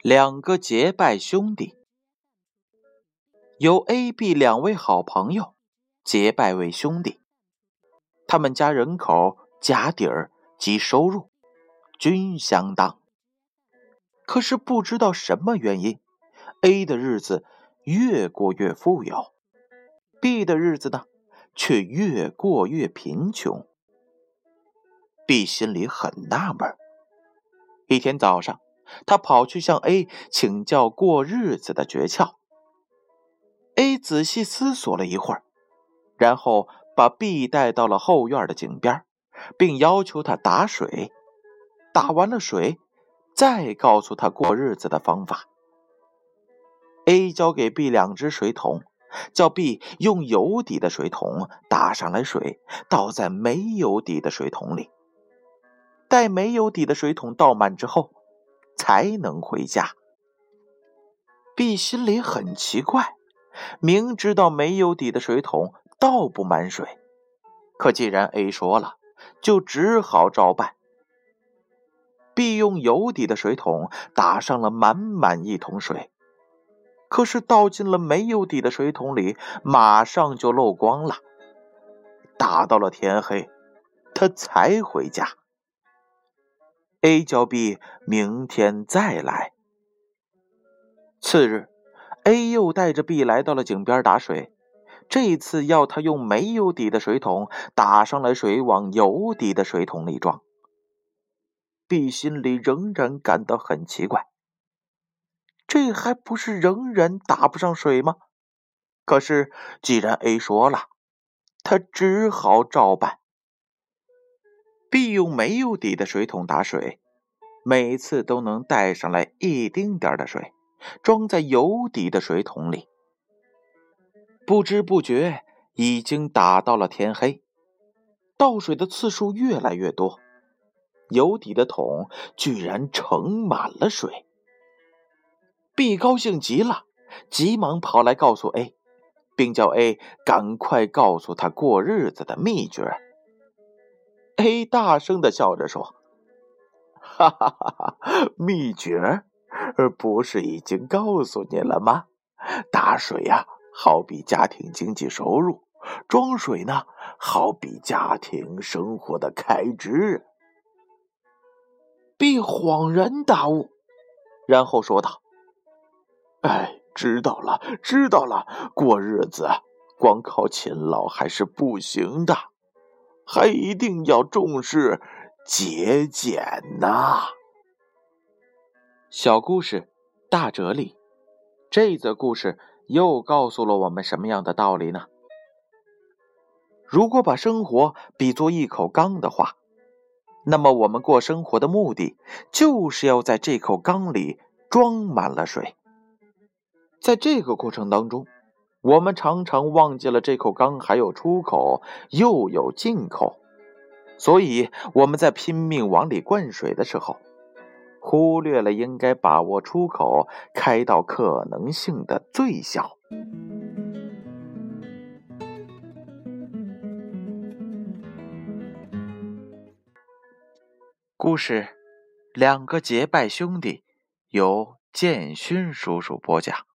两个结拜兄弟。有 A、B 两位好朋友结拜为兄弟，他们家人口、家底儿及收入均相当。可是不知道什么原因， A 的日子越过越富有， B 的日子呢却越过越贫穷。 B 心里很纳闷。一天早上，他跑去向 A 请教过日子的诀窍。 A 仔细思索了一会儿，然后把 B 带到了后院的井边，并要求他打水。打完了水，再告诉他过日子的方法。 A 交给 B 2只水桶，叫 B 用有底的水桶打上来水，倒在没有底的水桶里。待没有底的水桶倒满之后，才能回家。 B 心里很奇怪，明知道没有底的水桶倒不满水，可既然 A 说了，就只好照办。 B 用有底的水桶打上了满满一桶水，可是倒进了没有底的水桶里，马上就漏光了。打到了天黑，他才回家。 A 叫 B 明天再来。次日， A 又带着 B 来到了井边打水，这次要他用没有底的水桶打上来水往有底的水桶里装。 B 心里仍然感到很奇怪，这还不是仍然打不上水吗？可是既然 A 说了，他只好照办。 B 用没有底的水桶打水，每次都能带上来一丁点的水，装在有底的水桶里。不知不觉已经打到了天黑，倒水的次数越来越多，有底的桶居然盛满了水。 B 高兴极了，急忙跑来告诉 A， 并叫 A 赶快告诉他过日子的秘诀。 A 大声地笑着说：哈哈哈哈，秘诀不是已经告诉你了吗？打水呀，好比家庭经济收入，装水呢，好比家庭生活的开支。 B 恍然大悟，然后说道：知道了，知道了，过日子光靠勤劳还是不行的，还一定要重视节俭呐。小故事大哲理，这则故事又告诉了我们什么样的道理呢？如果把生活比作一口缸的话，那么我们过生活的目的就是要在这口缸里装满了水。在这个过程当中，我们常常忘记了这口缸还有出口又有进口，所以我们在拼命往里灌水的时候，忽略了应该把握出口开到可能性的最小。故事两个结拜兄弟由建勋叔叔播讲。